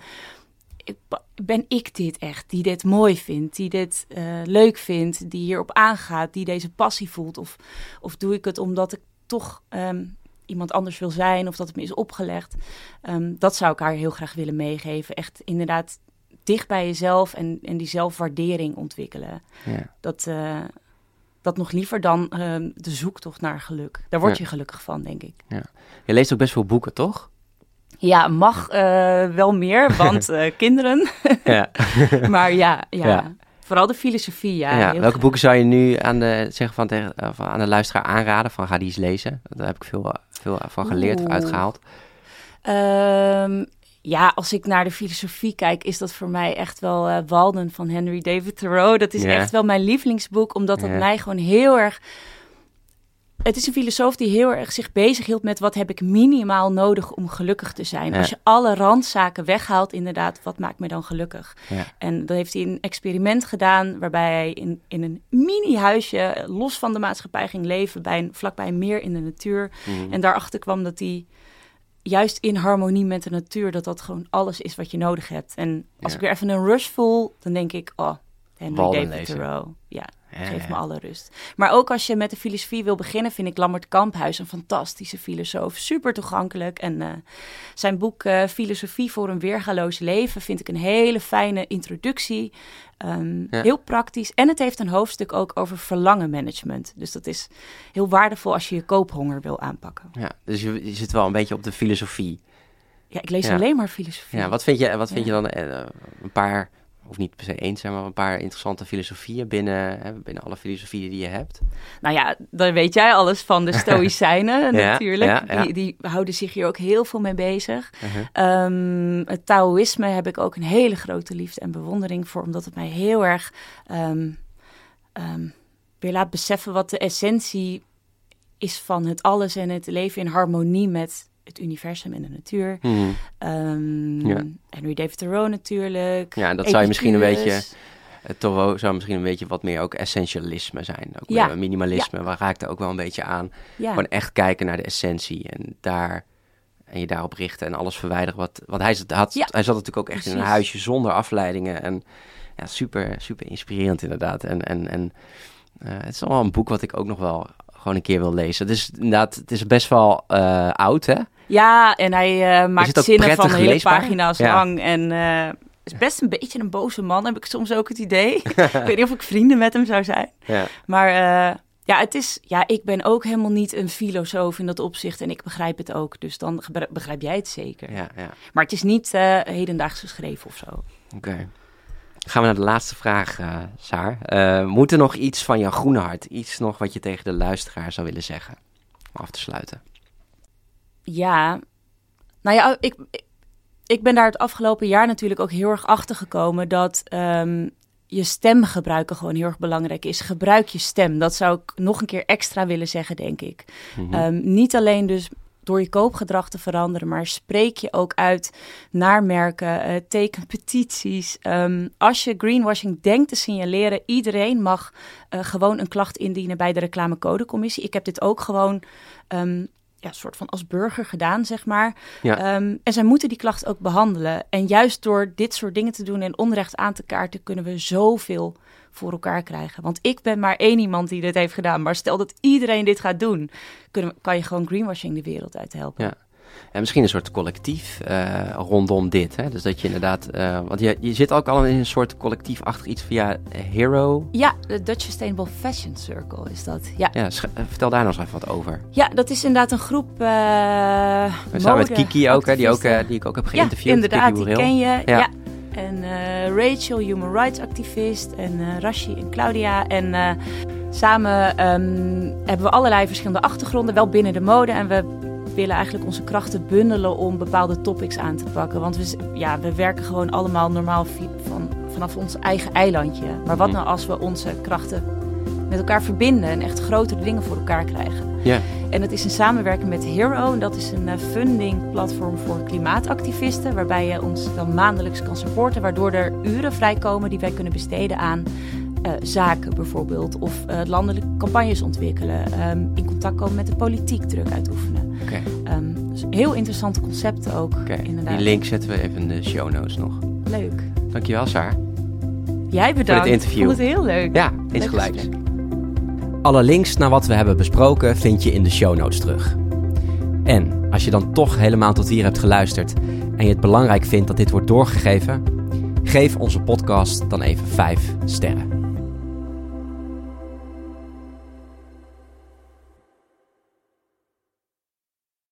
Ben ik dit echt, die dit mooi vindt, die dit leuk vindt, die hierop aangaat, die deze passie voelt? Of doe ik het omdat ik toch iemand anders wil zijn of dat het me is opgelegd? Dat zou ik haar heel graag willen meegeven. Echt inderdaad dicht bij jezelf en die zelfwaardering ontwikkelen. Ja. Dat nog liever dan de zoektocht naar geluk. Daar word je gelukkig van, denk ik. Ja. Je leest ook best veel boeken, toch? Ja, mag wel meer, want kinderen. Maar ja, vooral de filosofie. Ja, welke boeken zou je nu aan de luisteraar aanraden? Van ga die eens lezen. Daar heb ik veel van geleerd, uitgehaald. Als ik naar de filosofie kijk, is dat voor mij echt wel Walden van Henry David Thoreau. Dat is echt wel mijn lievelingsboek, omdat het mij gewoon heel erg... Het is een filosoof die heel erg zich bezighield met... wat heb ik minimaal nodig om gelukkig te zijn. Ja. Als je alle randzaken weghaalt, inderdaad, wat maakt me dan gelukkig? Ja. En dat heeft hij een experiment gedaan... waarbij hij in een mini-huisje los van de maatschappij ging leven... vlakbij een meer in de natuur. Mm. En daarachter kwam dat hij juist in harmonie met de natuur... dat gewoon alles is wat je nodig hebt. En als ik weer even een rush voel, dan denk ik... Henry David Thoreau, geef me alle rust. Maar ook als je met de filosofie wil beginnen... vind ik Lambert Kamphuis een fantastische filosoof. Super toegankelijk. En zijn boek Filosofie voor een weergaloos leven... vind ik een hele fijne introductie. Heel praktisch. En het heeft een hoofdstuk ook over verlangenmanagement. Dus dat is heel waardevol als je je koophonger wil aanpakken. Ja, dus je zit wel een beetje op de filosofie. Ja, ik lees alleen maar filosofie. Ja, wat vind je dan een paar... Of niet per se eens zijn, maar een paar interessante filosofieën binnen alle filosofieën die je hebt. Nou ja, daar weet jij alles van. De Stoïcijnen natuurlijk. Ja. Die houden zich hier ook heel veel mee bezig. Uh-huh. Het Taoïsme heb ik ook een hele grote liefde en bewondering voor. Omdat het mij heel erg weer laat beseffen wat de essentie is van het alles. En het leven in harmonie met het universum en de natuur. Henry David Thoreau natuurlijk. Ja, dat zou je misschien een beetje... Thoreau zou misschien een beetje wat meer ook essentialisme zijn. Ook minimalisme, waar raakt er ook wel een beetje aan. Ja. Gewoon echt kijken naar de essentie en je daarop richten en alles verwijderen. Want hij zat natuurlijk ook echt in een huisje zonder afleidingen. En ja, super, super inspirerend inderdaad. En het is allemaal een boek wat ik ook nog wel gewoon een keer wil lezen. Dus inderdaad, het is best wel oud, hè? Ja, en hij maakt zinnen van hele pagina's lang. En is best een beetje een boze man, heb ik soms ook het idee. Ik weet niet of ik vrienden met hem zou zijn. Ja. Maar ik ben ook helemaal niet een filosoof in dat opzicht en ik begrijp het ook. Dus dan begrijp jij het zeker. Ja. Maar het is niet hedendaags geschreven of zo. Oké. Gaan we naar de laatste vraag, Saar. Moet er nog iets van jouw groene hart, iets nog wat je tegen de luisteraar zou willen zeggen, om af te sluiten? Ja, nou ja, ik ben daar het afgelopen jaar natuurlijk ook heel erg achter gekomen dat je stem gebruiken gewoon heel erg belangrijk is. Gebruik je stem. Dat zou ik nog een keer extra willen zeggen, denk ik. Niet alleen dus door je koopgedrag te veranderen, maar spreek je ook uit naar merken, teken petities. Als je greenwashing denkt te signaleren, iedereen mag gewoon een klacht indienen bij de reclamecodecommissie. Ik heb dit ook gewoon soort van als burger gedaan, zeg maar. Ja. En zij moeten die klacht ook behandelen. En juist door dit soort dingen te doen en onrecht aan te kaarten, kunnen we zoveel voor elkaar krijgen. Want ik ben maar één iemand die dit heeft gedaan. Maar stel dat iedereen dit gaat doen, kan je gewoon greenwashing de wereld uit helpen. Ja. En misschien een soort collectief rondom dit. Hè? Dus dat je inderdaad... want je zit ook al in een soort collectief achter iets via Hero. Ja, de Dutch Sustainable Fashion Circle is dat. Ja, vertel daar nog eens even wat over. Ja, dat is inderdaad een groep samen met Kiki ook, hè, die ik ook heb geïnterviewd. Ja, inderdaad, Kiki die ken je. Ja. En Rachel, human rights activist. En Rashi en Claudia. En samen hebben we allerlei verschillende achtergronden, wel binnen de mode. En we willen eigenlijk onze krachten bundelen om bepaalde topics aan te pakken. Want we werken gewoon allemaal normaal vanaf ons eigen eilandje. Maar wat nou als we onze krachten met elkaar verbinden en echt grotere dingen voor elkaar krijgen? Ja. En dat is een samenwerking met Hero. En dat is een fundingplatform voor klimaatactivisten, waarbij je ons dan maandelijks kan supporten, waardoor er uren vrijkomen die wij kunnen besteden aan zaken bijvoorbeeld, of landelijke campagnes ontwikkelen, in contact komen met de politiek, druk uitoefenen. Okay. Dus heel interessante concepten ook. Inderdaad. Die link zetten we even in de show notes nog. Leuk. Dankjewel, Saar. Jij bedankt. Voor dit interview. Ik vond het heel leuk. Ja, insgelijks. Alle links naar wat we hebben besproken vind je in de show notes terug. En als je dan toch helemaal tot hier hebt geluisterd en je het belangrijk vindt dat dit wordt doorgegeven, geef onze podcast dan even 5 sterren.